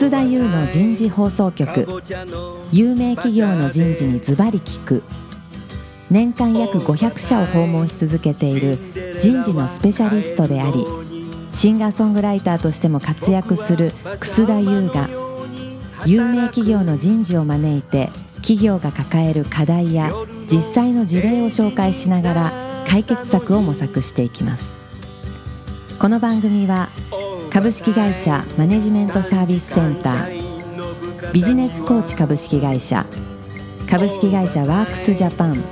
楠田優の人事放送局。有名企業の人事にズバリ聞く。年間約500社を訪問し続けている人事のスペシャリストであり、シンガーソングライターとしても活躍する楠田優が、有名企業の人事を招いて企業が抱える課題や実際の事例を紹介しながら解決策を模索していきます。この番組は株式会社マネジメントサービスセンター、ビジネスコーチ株式会社、株式会社ワークスジャパン、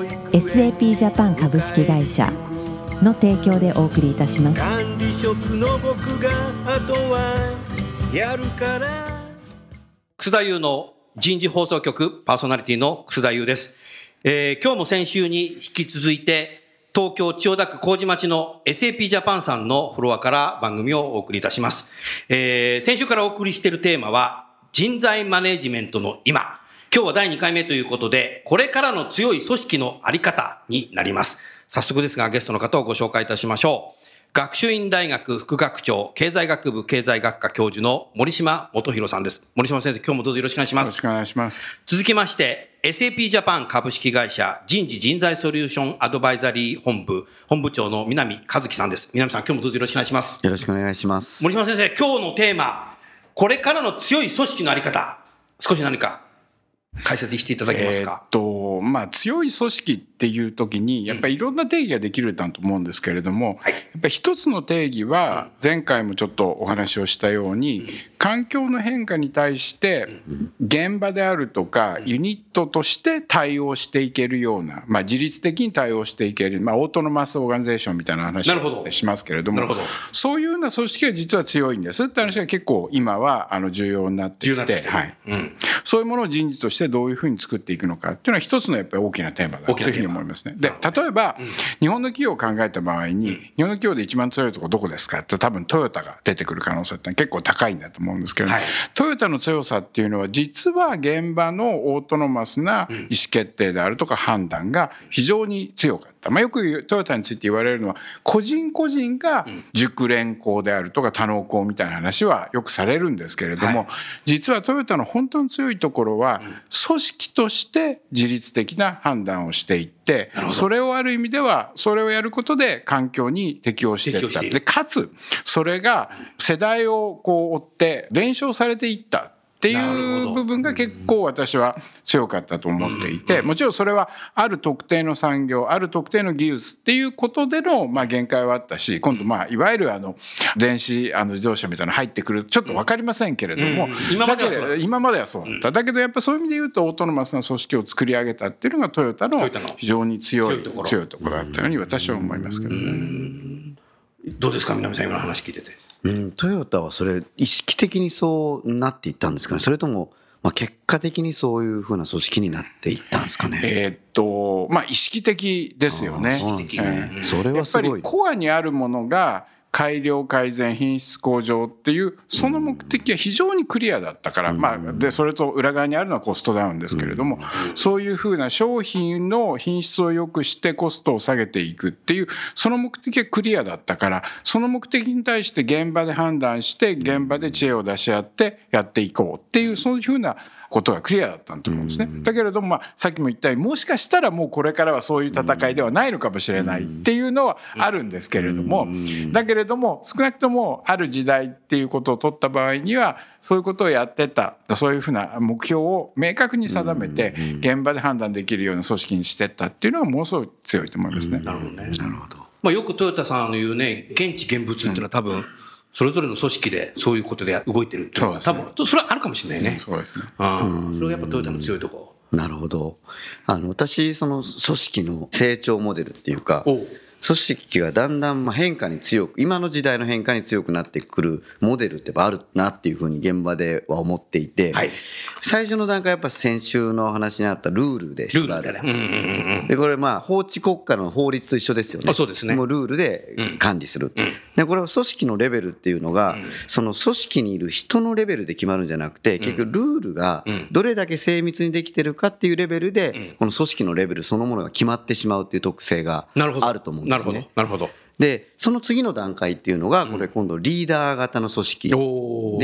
SAP ジャパン株式会社の提供でお送りいたします。 管理職の僕があとはやるから。 楠田優の人事放送局パーソナリティの楠田優です。今日も先週に引き続いて東京千代田区麹町の SAP ジャパンさんのフロアから番組をお送りいたします。先週からお送りしているテーマは人材マネジメントの今。今日は第2回目ということで、これからの強い組織のあり方になります。早速ですがゲストの方をご紹介いたしましょう。学習院大学副学長、経済学部経済学科教授の森島元弘さんです。森島先生、今日もどうぞよろしくお願いします。 よろしくお願いします。 続きまして SAP ジャパン株式会社人事人材ソリューションアドバイザリー本部長の南和樹さんです。南さん、今日もどうぞよろしくお願いします。 よろしくお願いします。 森島先生、今日のテーマ、これからの強い組織のあり方、少し何か解説していただけますか。 強い組織っていう時にやっぱりいろんな定義ができるんだと思うんですけれども、やっぱり一つの定義は前回もちょっとお話をしたように、環境の変化に対して現場であるとかユニットとして対応していけるような、自律的に対応していける、オートノマスオーガニゼーションみたいな話をしますけれども、そういうような組織が実は強いんですって話が結構今は重要になってきて、そういうものを人事としてどういうふうに作っていくのかっていうのは一つのやっぱり大きなテーマだというふうに思いますね。で、例えば日本の企業を考えた場合に、日本の企業で一番強いところどこですかって多分トヨタが出てくる可能性って結構高いんだと思うんですけど、トヨタの強さっていうのは実は現場のオートノマスな意思決定であるとか判断が非常に強かった。よくトヨタについて言われるのは、個人個人が熟練工であるとか多能工みたいな話はよくされるんですけれども、実はトヨタの本当に強いところは組織として自律的な判断をしていって、それをある意味ではそれをやることで環境に適応していった。でかつそれが世代を追って伝承されていったっていう部分が結構私は強かったと思っていて、もちろんそれはある特定の産業、ある特定の技術っていうことでの限界はあったし、今度いわゆる電子自動車みたいなの入ってくるちょっと分かりませんけれども、今まではそうだった。だけどやっぱそういう意味で言うとオートノマスな組織を作り上げたっていうのがトヨタの非常に強いところだったように私は思いますけどね。 どうですか、南さん、今の話聞いてて。 トヨタはそれ意識的にそうなっていったんですかね、それとも結果的にそういうふうな組織になっていったんですかね。 意識的ですよね。 それはすごい。 やっぱりコアにあるものが改良改善品質向上っていうその目的は非常にクリアだったから、でそれと裏側にあるのはコストダウンですけれども、そういうふうな商品の品質を良くしてコストを下げていくっていうその目的はクリアだったから、その目的に対して現場で判断して現場で知恵を出し合ってやっていこうっていう、そういうふうなことがクリアだったと思うんですね。だけれども、さっきも言ったようにもしかしたらもうこれからはそういう戦いではないのかもしれないっていうのはあるんですけれども、だけれども少なくともある時代っていうことを取った場合にはそういうことをやってた、そういうふうな目標を明確に定めて現場で判断できるような組織にしてったっていうのはものすごい強いと思いますね。 なるほどね。なるほど。よくトヨタさんの言うね、現地現物っていうのは多分それぞれの組織でそういうことで動いてるっていうのは、多分それはあるかもしれないね。 そうですね。 それがやっぱトヨタの強いところ。 なるほど。私その組織の成長モデルっていうか、組織がだんだん変化に強く、今の時代の変化に強くなってくるモデルってあるなっていうふうに現場では思っていて、最初の段階はやっぱ先週の話にあったルールで縛る。でこれ法治国家の法律と一緒ですよね。 そうですね。 もうルールで管理する。でこれは組織のレベルっていうのが、その組織にいる人のレベルで決まるんじゃなくて、結局ルールがどれだけ精密にできてるかっていうレベルで、この組織のレベルそのものが決まってしまうっていう特性があると思うんですね。 なるほど。 でその次の段階っていうのがこれ今度リーダー型の組織で、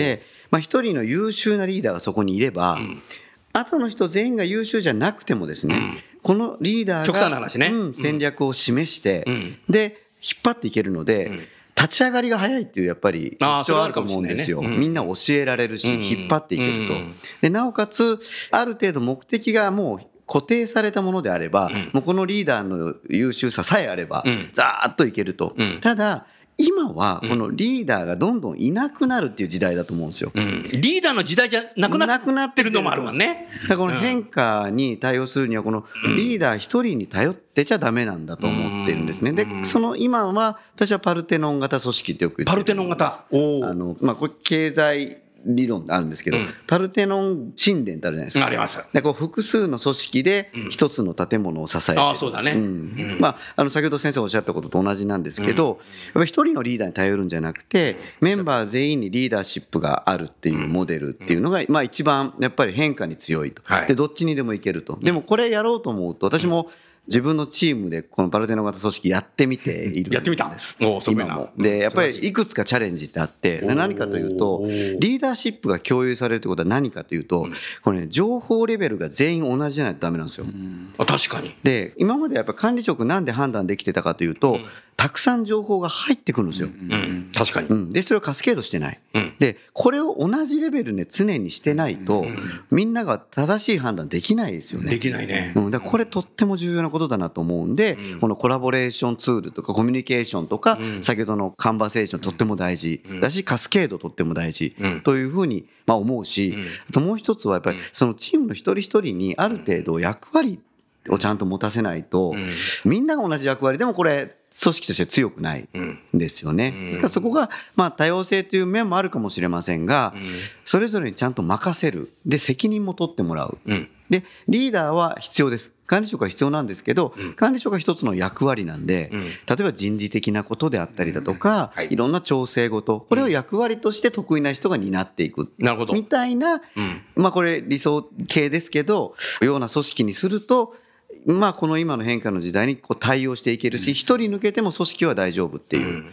一人の優秀なリーダーがそこにいれば、後の人全員が優秀じゃなくてもですね、このリーダー極端な話ね、 が戦略を示して、で引っ張っていけるので、立ち上がりが早いっていうやっぱり特徴あると思うんですよ。みんな教えられるし、引っ張っていけると。でなおかつある程度目的がもう固定されたものであれば、もうこのリーダーの優秀ささえあれば、ざーっといけると。ただ今はこのリーダーがどんどんいなくなるっていう時代だと思うんですよ。 リーダーの時代じゃなくなってるのもあるもんね。 だからこの変化に対応するにはこのリーダー一人に頼ってちゃダメなんだと思ってるんですね。でその今は私はパルテノン型組織ってよく言ってる。 パルテノン型。 これ経済理論あるんですけど、パルテノン神殿ってあるじゃないですか。 あります。 でこう複数の組織で一つの建物を支えてる。 そうだね。 先ほど先生がおっしゃったことと同じなんですけど、やっぱり一人のリーダーに頼るんじゃなくて、メンバー全員にリーダーシップがあるっていうモデルっていうのが、一番やっぱり変化に強いと。でどっちにでもいけると。でもこれやろうと思うと、私も自分のチームでこのパルテノン型組織やってみているんです。 やってみた。 今も。でやっぱりいくつかチャレンジってあって、何かというとリーダーシップが共有されるということは何かというと、これね、情報レベルが全員同じじゃないとダメなんですよ。 確かに。 で今までやっぱ管理職なんで判断できてたかというと、たくさん情報が入ってくるんですよ。 確かに。 でそれをカスケードしてない。でこれを同じレベルで常にしてないと、みんなが正しい判断できないですよね。 できないね。 だからこれとっても重要なことだなと思うんで、このコラボレーションツールとかコミュニケーションとか、先ほどのカンバセーションとっても大事だし、カスケードとっても大事というふうに思うし、あともう一つはやっぱりそのチームの一人一人にある程度役割をちゃんと持たせないと、みんなが同じ役割でもこれ組織として強くないんですよね。ですからそこが多様性という面もあるかもしれませんが、それぞれにちゃんと任せる。で責任も取ってもらう。でリーダーは必要です。管理職は必要なんですけど、管理職は一つの役割なんで、例えば人事的なことであったりだとか、いろんな調整事、これを役割として得意な人が担っていくみたいな、これ理想形ですけどような組織にすると、この今の変化の時代にこう対応していけるし、一人抜けても組織は大丈夫っていう、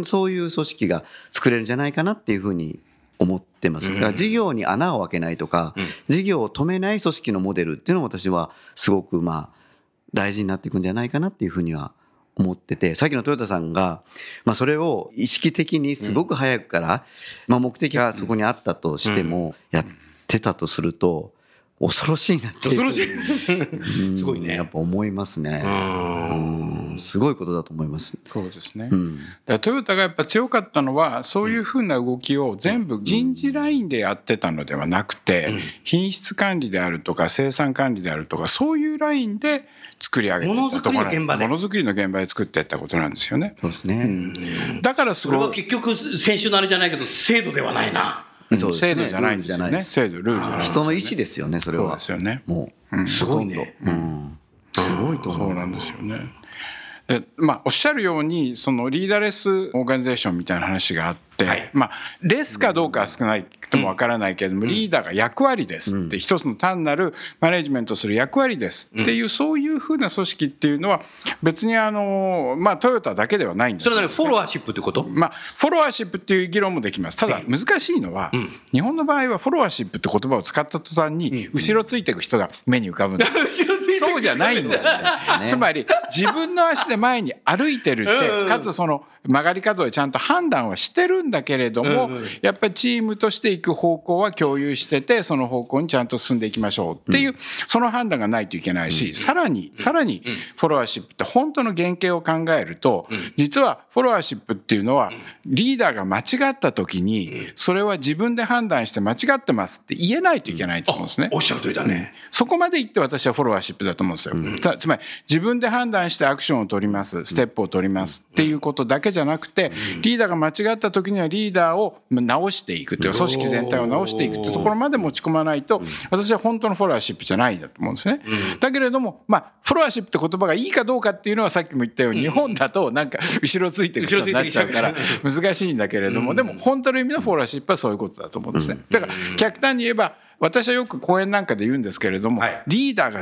そういう組織が作れるんじゃないかなっていうふうに思ってます。だから事業に穴を開けないとか、事業を止めない組織のモデルっていうのを私はすごく大事になっていくんじゃないかなっていうふうには思ってて、さっきのトヨタさんがそれを意識的にすごく早くから、目的がそこにあったとしてもやってたとすると恐ろしいなっていう、 恐ろしいすごいね、 やっぱ思いますね。すごいことだと思います。 そうですね。だからトヨタがやっぱ強かったのは、そういうふうな動きを全部人事ラインでやってたのではなくて、品質管理であるとか生産管理であるとか、そういうラインで作り上げていったところなんです。ものづくりの現場で作っていったことなんですよね。 そうですね。 だからそれは結局先週のあれじゃないけど制度ではないな。 制度じゃないんですよね。制度ルールじゃない。 人の意思ですよね。それは。 そうですよね。 もうすごいね。 すごいと思う。 そうなんですよね。でおっしゃるようにそのリーダーレスオーガニゼーションみたいな話があって、レスかどうかは少ないともわからないけれども、リーダーが役割ですって、一つの単なるマネジメントする役割ですっていう、そういうふうな組織っていうのは別にトヨタだけではないんです。 それはフォロワーシップということ？ フォロワーシップっていう議論もできます。ただ難しいのは、日本の場合はフォロワーシップって言葉を使った途端に後ろついていく人が目に浮かぶんです。そうじゃないんだよね。つまり自分の足で前に歩いてるって、かつその曲がり角でちゃんと判断はしてるんだけれども、やっぱりチームとしていく方向は共有してて、その方向にちゃんと進んでいきましょうっていう、その判断がないといけないし、さらにフォロワーシップって本当の原型を考えると、実はフォロワーシップっていうのはリーダーが間違った時にそれは自分で判断して間違ってますって言えないといけないと思うんですね。 おっしゃる通りだね。 そこまで言って私はフォロワーシップだと思うんですよ。つまり自分で判断してアクションを取ります、ステップを取りますっていうことだけじゃなくて、リーダーが間違った時にはリーダーを直していくというか、組織全体を直していくというところまで持ち込まないと、私は本当のフォロワーシップじゃないんだと思うんですね。だけれどもフォロワーシップって言葉がいいかどうかっていうのはさっきも言ったように、日本だとなんか後ろついていく人になっちゃうから難しいんだけれども、でも本当の意味のフォロワーシップはそういうことだと思うんですね。だから極端に言えば、私はよく講演なんかで言うんですけれども、リーダーがどん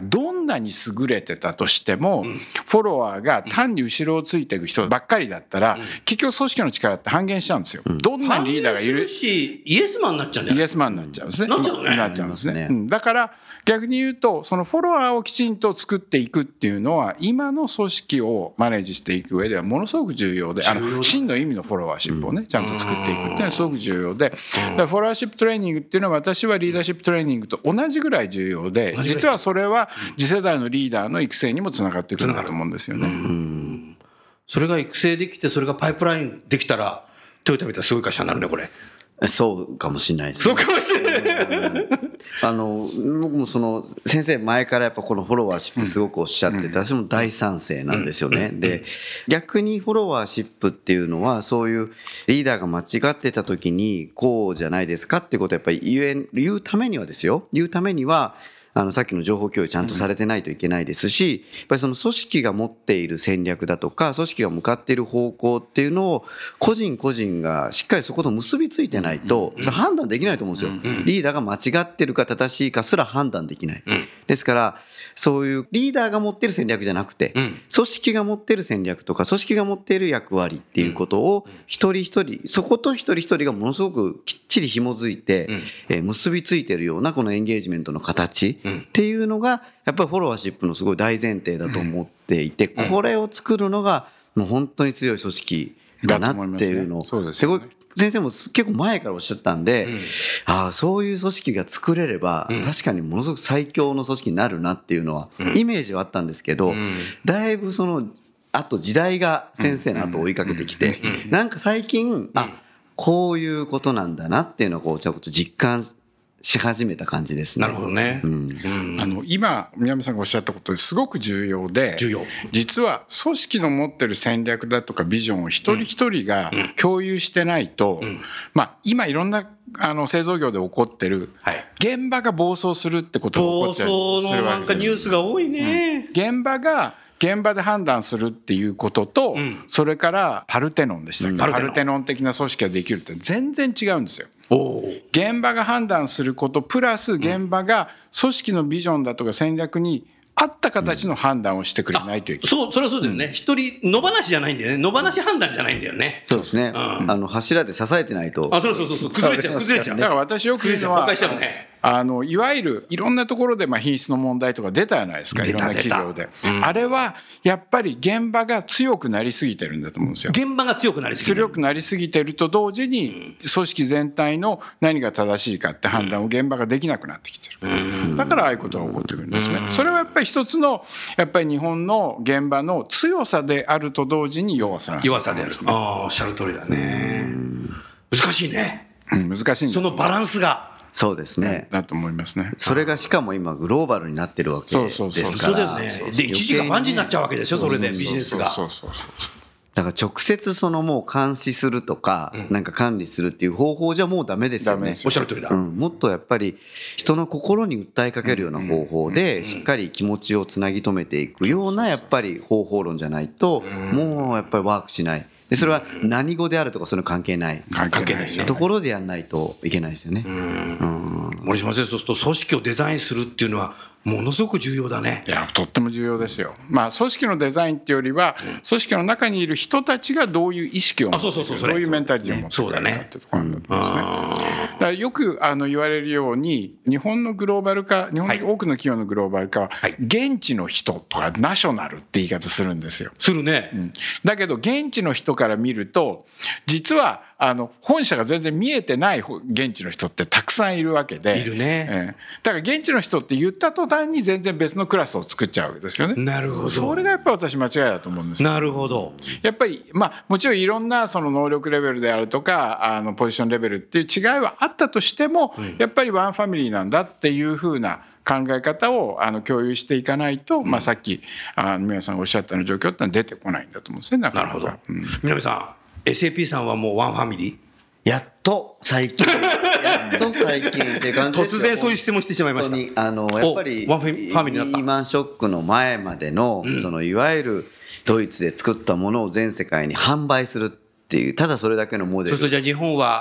なに優れてたとしても、フォロワーが単に後ろをついていく人ばっかりだったら、結局組織の力って半減しちゃうんですよ。どんなにリーダーがいるし、イエスマンになっちゃうんじゃない？ イエスマンになっちゃうんですね。 なっちゃうね。 なっちゃうんですね。だから逆に言うと、そのフォロワーをきちんと作っていくっていうのは、今の組織をマネージしていく上ではものすごく重要で、真の意味のフォロワーシップをね、ちゃんと作っていくっていうのはすごく重要で、だからフォロワーシップトレーニングっていうのは、私はリーダーシップトレーニングと同じぐらい重要で、実はそれは次世代のリーダーの育成にもつながってくるんだと思うんですよね。 それが育成できて、それがパイプラインできたら、トヨタみたいなすごい会社になるね、これ。 そうかもしれないですね。 そうかもしれない。 僕もその先生前からやっぱこのフォロワーシップすごくおっしゃってて、私も大賛成なんですよね。で、逆にフォロワーシップっていうのは、そういうリーダーが間違ってた時にこうじゃないですかってことをやっぱり言うためにはですよ、言うためにはさっきの情報共有ちゃんとされてないといけないですし、やっぱりその組織が持っている戦略だとか、組織が向かっている方向っていうのを個人個人がしっかりそこと結びついてないと、それ判断できないと思うんですよ。リーダーが間違ってるか正しいかすら判断できない。ですからそういうリーダーが持っている戦略じゃなくて、組織が持っている戦略とか組織が持っている役割っていうことを一人一人、そこと一人一人がものすごくきっちり紐づいて結びついているようなこのエンゲージメントの形っていうのがやっぱりフォロワーシップのすごい大前提だと思っていて、これを作るのがもう本当に強い組織だなっていうのをすごい先生も結構前からおっしゃってたんで、そういう組織が作れれば確かにものすごく最強の組織になるなっていうのはイメージはあったんですけど、だいぶそのあと時代が先生の後を追いかけてきて、なんか最近こういうことなんだなっていうのをちょっと実感し始めた感じですね。 なるほどね。 今南さんがおっしゃったことですごく重要で、実は組織の持ってる戦略だとかビジョンを一人一人が共有してないと、今いろんな製造業で起こってる現場が暴走するってことが起こっちゃう。 暴走のなんかニュースが多いね。 現場で判断するっていうことと、それからパルテノンでしたっけ、パルテノン的な組織ができるって全然違うんですよ。現場が判断することプラス現場が組織のビジョンだとか戦略に合った形の判断をしてくれないといけない。 それはそうだよね。一人野放しじゃないんだよね。野放し判断じゃないんだよね。 そうですね。柱で支えてないと。 そう崩れちゃう。 だから私よく言うのは、いわゆるいろんなところで品質の問題とか出たじゃないですか、いろんな企業で。あれはやっぱり現場が強くなりすぎてるんだと思うんですよ。 現場が強くなりすぎてると同時に組織全体の何が正しいかって判断を現場ができなくなってきてる。だからああいうことが起こってくるんですね。それはやっぱり一つのやっぱり日本の現場の強さであると同時に弱さなんですね。 おっしゃる通りだね。難しいね。 難しい。 そのバランスが。 そうですね。 だと思いますね。 それがしかも今グローバルになってるわけですから。 そうですね。で一時が万事になっちゃうわけでしょ、それでビジネスが。 だから直接そのもう監視するとかなんか管理するっていう方法じゃもうダメですよね。 おっしゃる通りだ。 もっとやっぱり人の心に訴えかけるような方法でしっかり気持ちをつなぎ止めていくようなやっぱり方法論じゃないともうやっぱりワークしない。でそれは何語であるとかそれ関係ないところでやんないといけないですよね。 森島先生、そうすると組織をデザインするっていうのはものすごく重要だね。 いやとっても重要ですよ。組織のデザインっていうよりは、組織の中にいる人たちがどういう意識を持っている、どういうメンタリティを持っているかってところになってますね。だからよく言われるように日本のグローバル化、日本の多くの企業のグローバル化は現地の人とかナショナルって言い方するんですよ。 するね。 だけど現地の人から見ると実は本社が全然見えてない現地の人ってたくさんいるわけで。 いるね。 だから現地の人って言った途端に全然別のクラスを作っちゃうわけですよね。 なるほど。 それがやっぱり私間違いだと思うんです。 なるほど。 やっぱりもちろんいろんなその能力レベルであるとかポジションレベルっていう違いはあったとしても、やっぱりワンファミリーなんだっていうふうな考え方を共有していかないと、さっき南さんがおっしゃったような状況ってのは出てこないんだと思うんですね。なるほど。 南さん、SAP さんはもうワンファミリー？やっと最近っていう感じですよ。 突然そういう質問してしまいました。 やっぱりリーマンショックの前までのそのいわゆるドイツで作ったものを全世界に販売するっていうただそれだけのモデル。 そうするとじゃあ日本は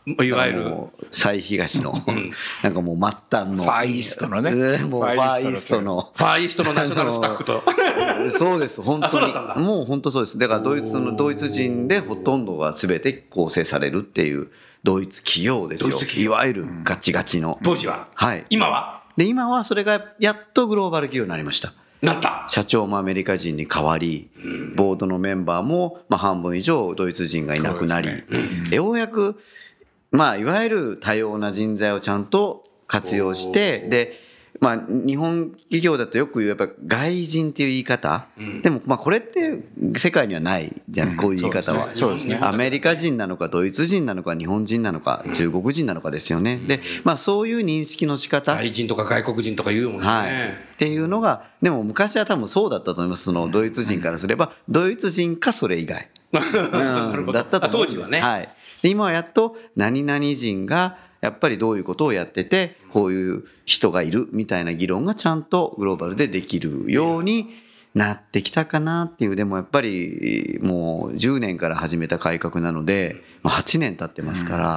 いわゆる最東の、なんかもう末端のファーイーストのね、 もうファーイーストのファーイーストのナショナルスタッフとそうです本当にそうだったんだ。 もう本当そうです。だからドイツ人でほとんどが全て構成されるっていうドイツ企業ですよ。いわゆるガチガチの、 当時は、 はい、 今はそれがやっとグローバル企業になりました。 なった社長もアメリカ人に変わり、ボードのメンバーも半分以上ドイツ人がいなくなり、ようやくいわゆる多様な人材をちゃんと活用して、で日本企業だとよく言うやっぱ外人っていう言い方、でもこれって世界にはないじゃない、こういう言い方は。 そうですね。 アメリカ人なのかドイツ人なのか日本人なのか中国人なのかですよね。でそういう認識の仕方、 外人とか外国人とか言うもんね、 はい、っていうのがでも昔は多分そうだったと思います。そのドイツ人からすればドイツ人かそれ以外、だったと思うんです。 当時はね、 はい、で今はやっと何々人がやっぱりどういうことをやっててこういう人がいるみたいな議論がちゃんとグローバルでできるようになってきたかなっていう。でもやっぱりもう10年から始めた改革なので8年経ってますから、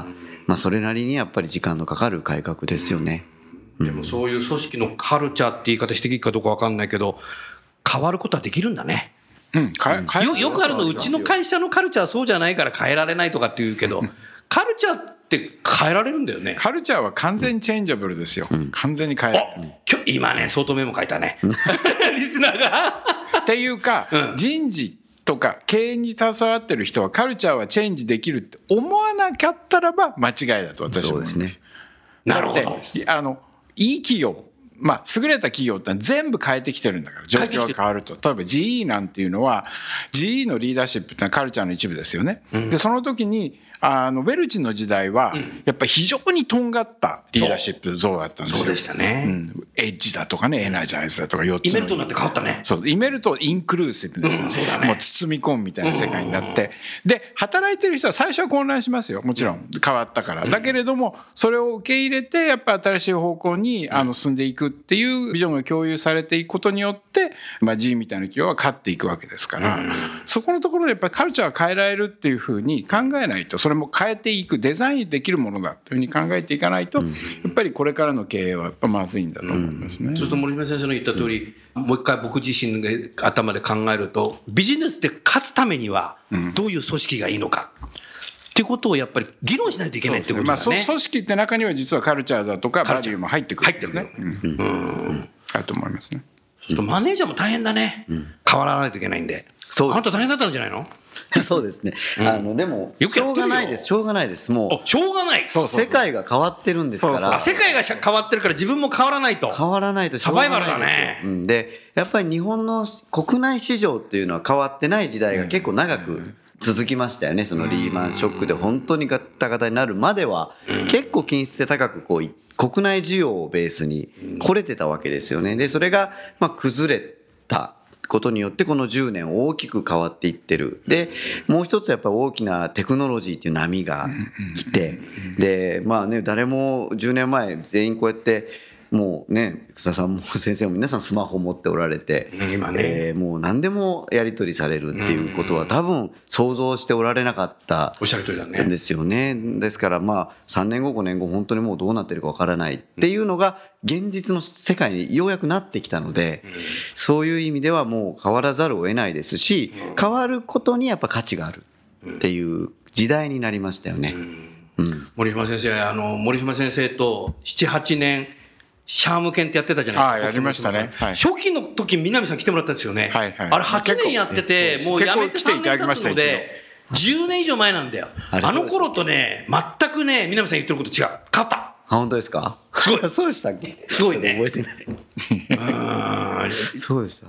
それなりにやっぱり時間のかかる改革ですよね。 でもそういう組織のカルチャーって言い方していいかどうか分かんないけど変わることはできるんだね。よくあるのうちの会社のカルチャーはそうじゃないから変えられないとかって言うけど、カルチャーって変えられるんだよね。 カルチャーは完全チェンジャブルですよ、完全に変えられる。 今ね相当メモ書いたねリスナーがっていうか、人事とか経営に携わってる人はカルチャーはチェンジできるって思わなかったらば間違いだと私は思います。 そうですね。 なるほど。 いい企業、優れた企業って全部変えてきてるんだから、状況が変わると。例えば GE なんていうのは GE のリーダーシップってのはカルチャーの一部ですよね。でその時にウェルチの時代はやっぱり非常にとんがったリーダーシップ像だったんですよ。 そうでしたね、 エッジだとかね、エナジャイズだとか4つのイメルトになって変わったね。 そうイメルトインクルーシブですよ、 そうだね、 もう包み込むみたいな世界になって、で働いてる人は最初は混乱しますよ、もちろん変わったから、だけれどもそれを受け入れてやっぱ新しい方向に進んでいくっていうビジョンが共有されていくことによって、G みたいな企業は勝っていくわけですから、そこのところでやっぱりカルチャーを変えられるっていうふうに考えないと、それも変えていくデザインできるものだというふうに考えていかないと、やっぱりこれからの経営はやっぱまずいんだと思いますね。 ちょっと森島先生の言った通り、もう一回僕自身が頭で考えると、ビジネスで勝つためにはどういう組織がいいのかっていうことをやっぱり議論しないといけないってことだね。 組織って中には実はカルチャーだとかバリューも入ってくるんですね。あると思いますね。 ちょっとマネージャーも大変だね、変わらないといけないんで。あなた大変だったんじゃないの？ そうですね、でもしょうがないですもうしょうがない。 世界が変わってるんですから。 世界が変わってるから自分も変わらないとしょうがないですよ。サバイバルだね。でやっぱり日本の国内市場っていうのは変わってない時代が結構長く続きましたよね。そのリーマンショックで本当にガッタガタになるまでは結構均質性高く国内需要をベースに来れてたわけですよね。でそれが崩れたことによってこの10年大きく変わっていってる。でもう一つやっぱり大きなテクノロジーっていう波が来て、で誰も10年前全員こうやってもうね、草さんも先生も皆さんスマホを持っておられて、 今ねもう何でもやり取りされるっていうことは多分想像しておられなかったおっしゃる通りだねですよね。ですから3年後5年後本当にもうどうなってるかわからないっていうのが現実の世界にようやくなってきたので、そういう意味ではもう変わらざるを得ないですし、変わることにやっぱ価値があるっていう時代になりましたよね。 森島先生、森島先生と 7,8 年シャーム犬ってやってたじゃないですか。 やりましたね。 初期の時南さん来てもらったんですよね。あれ8年やっててもうやめて3年経つので10年以上前なんだよ。あの頃とね全くね南さん言ってること違う。変わった。 本当ですか？ すごい。 そうでしたっけ？ すごいね。 覚えてない。そうでした。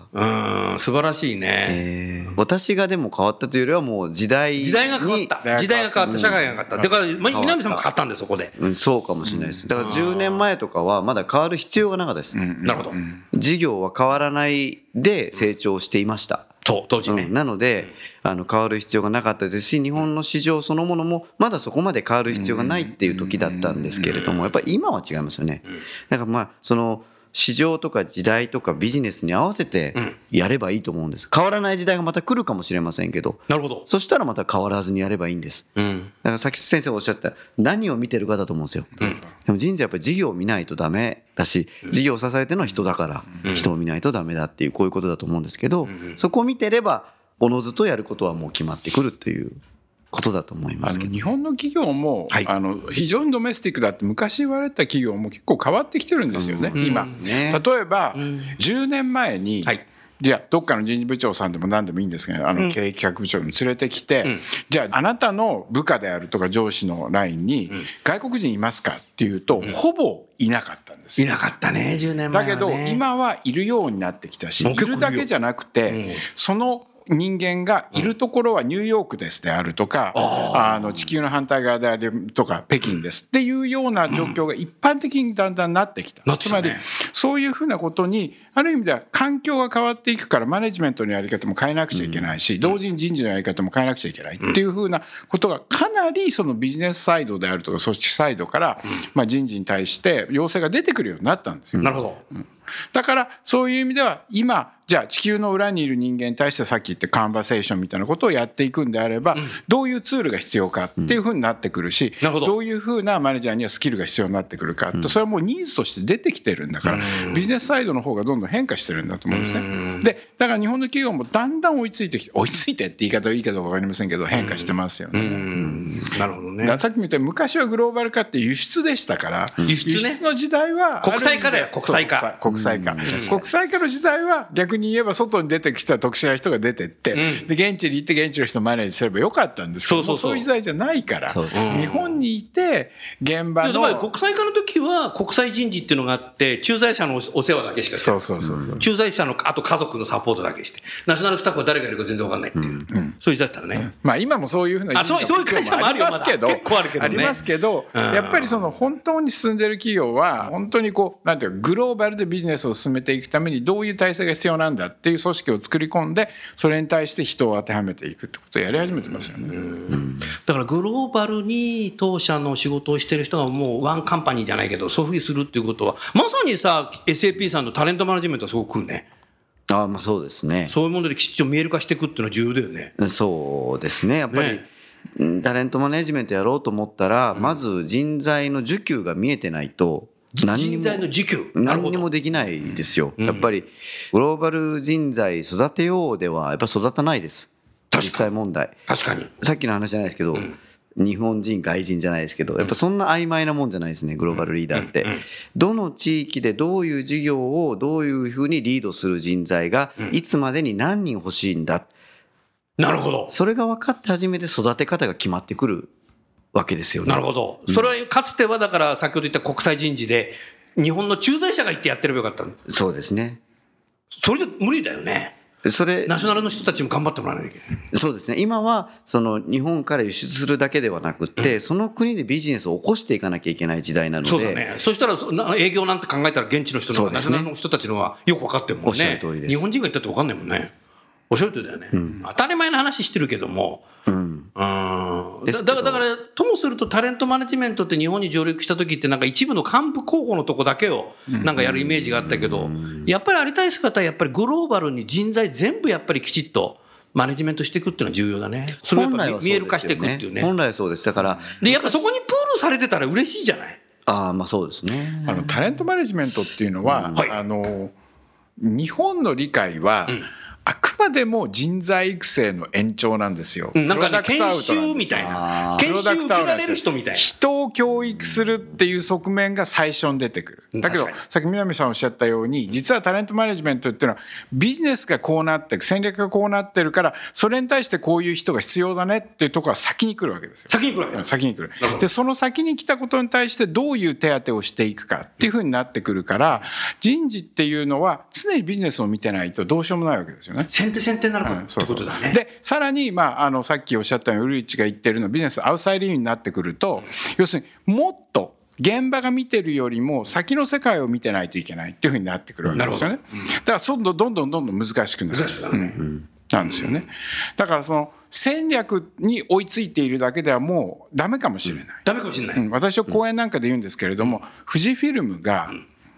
素晴らしいね。 私がでも変わったというよりはもう時代が変わった。 時代が変わった。社会が変わった。だから南さんも変わったんですそこで。 そうかもしれないです。だから10年前とかはまだ変わる必要がなかったです。 なるほど。 事業は変わらないで成長していました。 当時ね。 なので変わる必要がなかったですし、日本の市場そのものもまだそこまで変わる必要がないっていう時だったんですけれども、やっぱり今は違いますよね。だからその市場とか時代とかビジネスに合わせてやればいいと思うんです。変わらない時代がまた来るかもしれませんけど、 なるほど。 そしたらまた変わらずにやればいいんです。だからさっき先生がおっしゃった何を見てるかだと思うんですよ。でも人事はやっぱり事業を見ないとダメだし、事業を支えてるのは人だから人を見ないとダメだっていう、こういうことだと思うんですけど、そこを見てればおのずとやることはもう決まってくるっていうことだと思いますけど。 日本の企業も、 はい、 非常にドメスティックだって昔言われた企業も結構変わってきてるんですよね、今。例えば、10年前に、はい、じゃあどっかの人事部長さんでも何でもいいんですけど、経営企画部長に連れてきて、じゃああなたの部下であるとか上司のラインに、外国人いますかっていうと、ほぼいなかったんですよ。 いなかったね、10年前はね。 だけど今はいるようになってきたし、いるだけじゃなくて、その人間がいるところはニューヨークですであるとか、地球の反対側であるとか北京ですっていうような状況が一般的にだんだんなってきた。つまりそういうふうなことにある意味では環境が変わっていくから、マネジメントのやり方も変えなくちゃいけないし、同時に人事のやり方も変えなくちゃいけないっていうふうなことがかなりそのビジネスサイドであるとか組織サイドから人事に対して要請が出てくるようになったんですよ。 なるほど。 だからそういう意味では今じゃあ地球の裏にいる人間に対してさっき言ったカンバセーションみたいなことをやっていくんであれば、どういうツールが必要かっていうふうになってくるし、どういうふうなマネージャーにはスキルが必要になってくるかって、それはもうニーズとして出てきてるんだから、ビジネスサイドの方がどんどん変化してるんだと思うんですね。でだから日本の企業もだんだん追いついてきて、追いついてって言い方はいいかどうか分かりませんけど変化してますよね。 なるほどね。 だからさっきも言ったように昔はグローバル化って輸出でしたから、輸出の時代は国際化だよ、国際化。 国際化の時代は逆に言えば外に出てきた特殊な人が出てって、で現地に行って現地の人をマネージすればよかったんですけど、そういう時代じゃないから、日本にいて現場のだから国際化の時は国際人事っていうのがあって、駐在者のお世話だけしかしてない。駐在者のあと家族のサポートだけして、ナショナルスタッフは誰がいるか全然分かんないっていう、そういう時代だったらね。 まあ今もそういうふうなそういう会社もありますけど、結構あるけどね。 ありますけど、やっぱりその本当に進んでる企業は本当にこうなんていうかグローバルでビジネスを進めていくためにどういう体制が必要なんだっていう組織を作り込んで、それに対して人を当てはめていくってことをやり始めてますよね。 だからグローバルに当社の仕事をしてる人がもうワンカンパニーじゃないけどそういうふうにするっていうことは、まさにさ SAP さんのタレントマネジメントはすごく来るね。 まあそうですね。 そういうものできちっと見える化していくっていうのは重要だよね。 そうですね。やっぱり、タレントマネジメントやろうと思ったら、まず人材の需給が見えてないと人材の需給何にもできないですよ。やっぱりグローバル人材育てようではやっぱ育たないです。実際問題。 確かに。 さっきの話じゃないですけど、日本人外人じゃないですけど、やっぱそんな曖昧なもんじゃないですね、グローバルリーダーって。どの地域でどういう事業をどういうふうにリードする人材がいつまでに何人欲しいんだ。 なるほど。 それが分かって初めて育て方が決まってくるわけですよね。 なるほど。それはかつてはだから先ほど言った国際人事で日本の駐在者が行ってやってればよかったの。 そうですね。 それじゃ無理だよね。それナショナルの人たちも頑張ってもらわなきゃいけない。 そうですね。今はその日本から輸出するだけではなくて、その国でビジネスを起こしていかなきゃいけない時代なので。 そうだね。そしたら営業なんて考えたら現地の人の、ナショナルの人たちのはよく分かってるもんね。 おっしゃる通りです。 日本人が言ったって分かんないもんね。おっしゃる通りだよね。当たり前の話してるけども。だからともするとタレントマネジメントって日本に上陸した時ってなんか一部の幹部候補のとこだけをなんかやるイメージがあったけど、やっぱりありたい姿はやっぱりグローバルに人材全部やっぱりきちっとマネジメントしていくっていうのは重要だね。それをやっぱ見える化していくっていうね。 本来はそうです。だからでやっぱそこにプールされてたら嬉しいじゃない。 まあそうですね。 タレントマネジメントっていうのは、日本の理解は、あくまでも人材育成の延長なんですよ。 なんかね、研修みたいな。研修受けられる人みたいな。 人を教育するっていう側面が最初に出てくる。だけど、さっき南さんおっしゃったように、実はタレントマネジメントっていうのは、ビジネスがこうなって、戦略がこうなってるから、それに対してこういう人が必要だねっていうところは先に来るわけですよ。 先に来るわけ。 先に来る。で、その先に来たことに対してどういう手当をしていくかっていうふうになってくるから、人事っていうのは常にビジネスを見てないとどうしようもないわけですよね。 先手になるかってことだね。 でさらに、さっきおっしゃったようにウルリッチが言ってるのビジネスアウトサイドインになってくると、要するにもっと現場が見てるよりも先の世界を見てないといけないっていうふうになってくるわけですよね。だからどんどん難しくなる。なんですよね。だからその戦略に追いついているだけではもうダメかもしれない。 ダメかもしれない。 私は講演なんかで言うんですけれども、富士フィルムが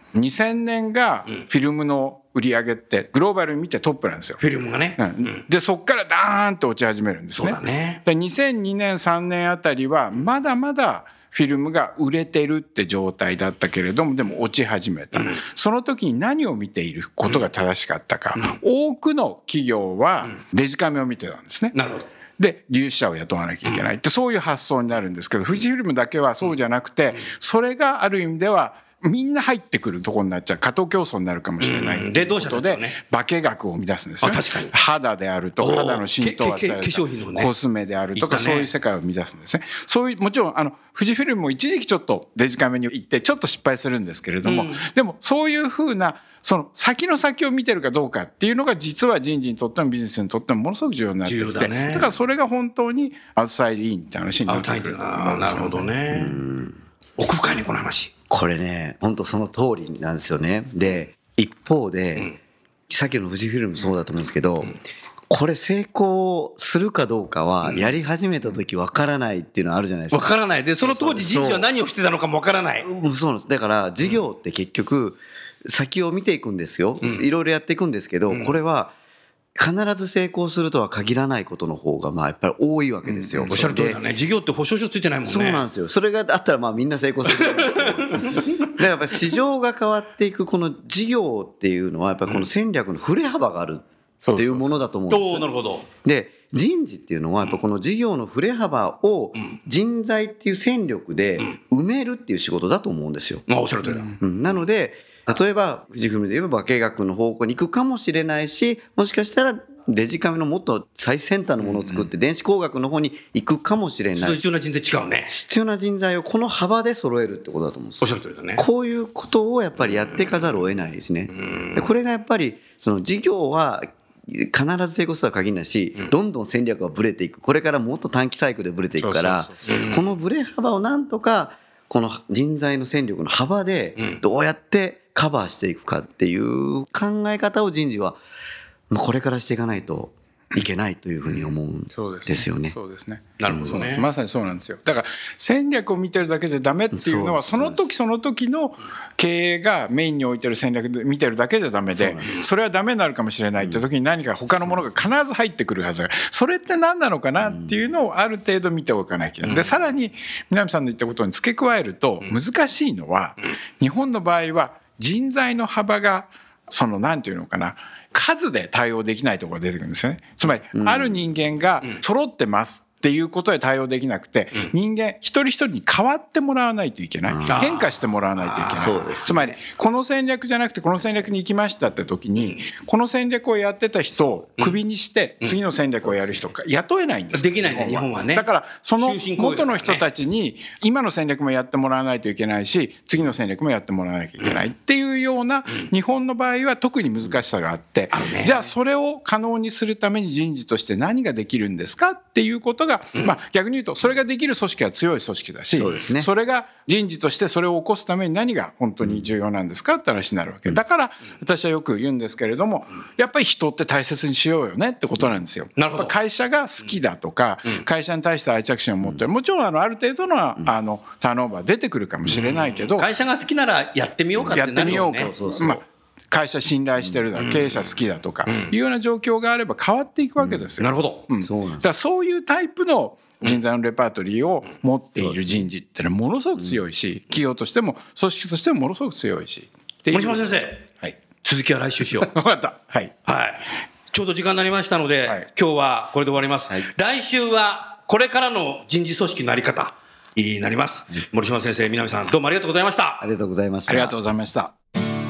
2000年がフィルムの売り上げってグローバルに見てトップなんですよ。 フィルムがね。 でそっからダーンと落ち始めるんですね。 そうだね。 で2002年3年あたりはまだまだフィルムが売れてるって状態だったけれども、でも落ち始めた、その時に何を見ていることが正しかったか、多くの企業はデジカメを見てたんですね。 なるほど。 で技術者を雇わなきゃいけないって、そういう発想になるんですけど、富士フィルムだけはそうじゃなくて、それがある意味ではみんな入ってくるところになっちゃう、過当競争になるかもしれないということで、化学を生み出すんですよね。 確かに肌であるとか、肌の浸透圧された化粧品のねコスメであるとか、そういう世界を生み出すんですね。そういうもちろん富士フィルムも一時期ちょっとデジカメに行ってちょっと失敗するんですけれども、でもそういうふうなその先の先を見てるかどうかっていうのが、実は人事にとってもビジネスにとってもものすごく重要になってきて、だからそれが本当にアウトサイドインって話になってくる。 なるほどね。奥深いねこの話。 これね本当その通りなんですよね。で一方で、さっきの富士フィルムもそうだと思うんですけど、これ成功するかどうかはやり始めた時分からないっていうのはあるじゃないですか。 分からない。でその当時人事は何をしてたのかも分からない。 そうなんです。だから事業って結局先を見ていくんですよ。いろいろやっていくんですけど、これは必ず成功するとは限らないことの方がやっぱり多いわけですよ。 おっしゃる通りだね。事業って保証書ついてないもんね。 そうなんですよ。それがあったらみんな成功するんですけどだからやっぱり市場が変わっていくこの事業っていうのはやっぱりこの戦略の振れ幅があるっていうものだと思うんですよ。 なるほど。 で人事っていうのはやっぱこの事業の振れ幅を人材っていう戦力で埋めるっていう仕事だと思うんですよ。 おっしゃる通りだ。 なので例えば富士フイルムで言えば化学の方向に行くかもしれないし、もしかしたらデジカメのもっと最先端のものを作って電子工学の方に行くかもしれない。 必要な人材違うね。 必要な人材をこの幅で揃えるってことだと思うんです。 おっしゃる通りだね。 こういうことをやっぱりやっていかざるを得ないですね。でこれがやっぱりその事業は必ず成功するとは限らないし、どんどん戦略がブレていく。これからもっと短期サイクルでブレていくから、このブレ幅をなんとかこの人材の戦力の幅でどうやってカバーしていくかっていう考え方を人事はこれからしていかないといけないというふうに思うんですよね。 そうですね。 なるほどね。 まさにそうなんですよ。だから戦略を見てるだけじゃダメっていうのは、その時その時の経営がメインに置いてる戦略で見てるだけじゃダメで、それはダメになるかもしれないって時に何か他のものが必ず入ってくるはず。それって何なのかなっていうのをある程度見ておかなきゃいけない。でさらに南さんの言ったことに付け加えると、難しいのは日本の場合は人材の幅がなんていうのかな、数で対応できないところが出てくるんですよね。つまりある人間が揃ってますっていうことで対応できなくて、人間一人一人に変わってもらわないといけない、変化してもらわないといけない。つまりこの戦略じゃなくてこの戦略に行きましたって時に、この戦略をやってた人をクビにして次の戦略をやる人が雇えないんです。 できないね日本はね。 だからその元の人たちに今の戦略もやってもらわないといけないし、次の戦略もやってもらわなきゃいけないっていうような、日本の場合は特に難しさがあって、じゃあそれを可能にするために人事として何ができるんですかっていうことが、逆に言うとそれができる組織は強い組織だし、それが人事としてそれを起こすために何が本当に重要なんですかって話になるわけだから私はよく言うんですけれども、やっぱり人って大切にしようよねってことなんですよ。会社が好きだとか、会社に対して愛着心を持ってる、もちろんある程度のターンオーバー出てくるかもしれないけど、 会社が好きならやってみようかってなるよね。 会社信頼してるだ、経営者好きだとかいうような状況があれば変わっていくわけですよ。 なるほど。 だからそういうタイプの人材のレパートリーを持っている人事ってのはものすごく強いし、企業としても組織としてもものすごく強いし。 森島先生、続きは来週しよう。 分かった。はい。 ちょうど時間になりましたので、今日はこれで終わります。来週はこれからの人事組織の在り方になります。森島先生、南さん、どうもありがとうございました。 ありがとうございました。 ありがとうございました。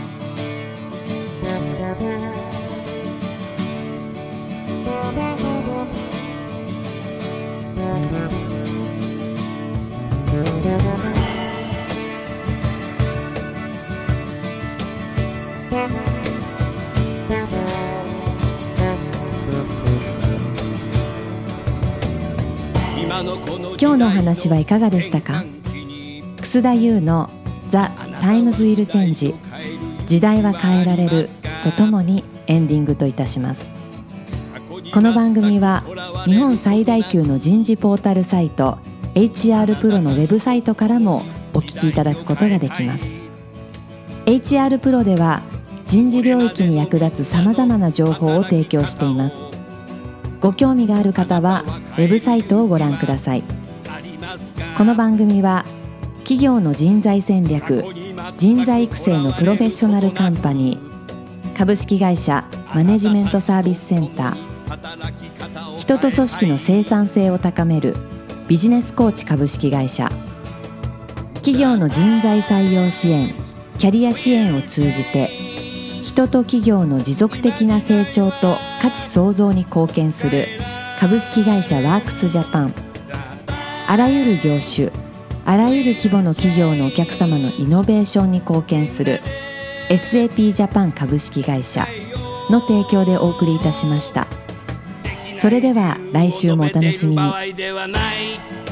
今日のお話はいかがでしたか。楠田優の The Times Will Change 時代は変えられるとともにエンディングといたします。この番組は日本最大級の人事ポータルサイト HR プロのウェブサイトからもお聞きいただくことができます。 HR プロでは人事領域に役立つさまざまな情報を提供しています。ご興味がある方はウェブサイトをご覧ください。この番組は企業の人材戦略、人材育成のプロフェッショナルカンパニー、株式会社マネジメントサービスセンター、人と組織の生産性を高めるビジネスコーチ株式会社、企業の人材採用支援、キャリア支援を通じて人と企業の持続的な成長と価値創造に貢献する株式会社ワークスジャパン、あらゆる業種、あらゆる規模の企業のお客様のイノベーションに貢献する SAP ジャパン株式会社の提供でお送りいたしました。それでは来週もお楽しみに。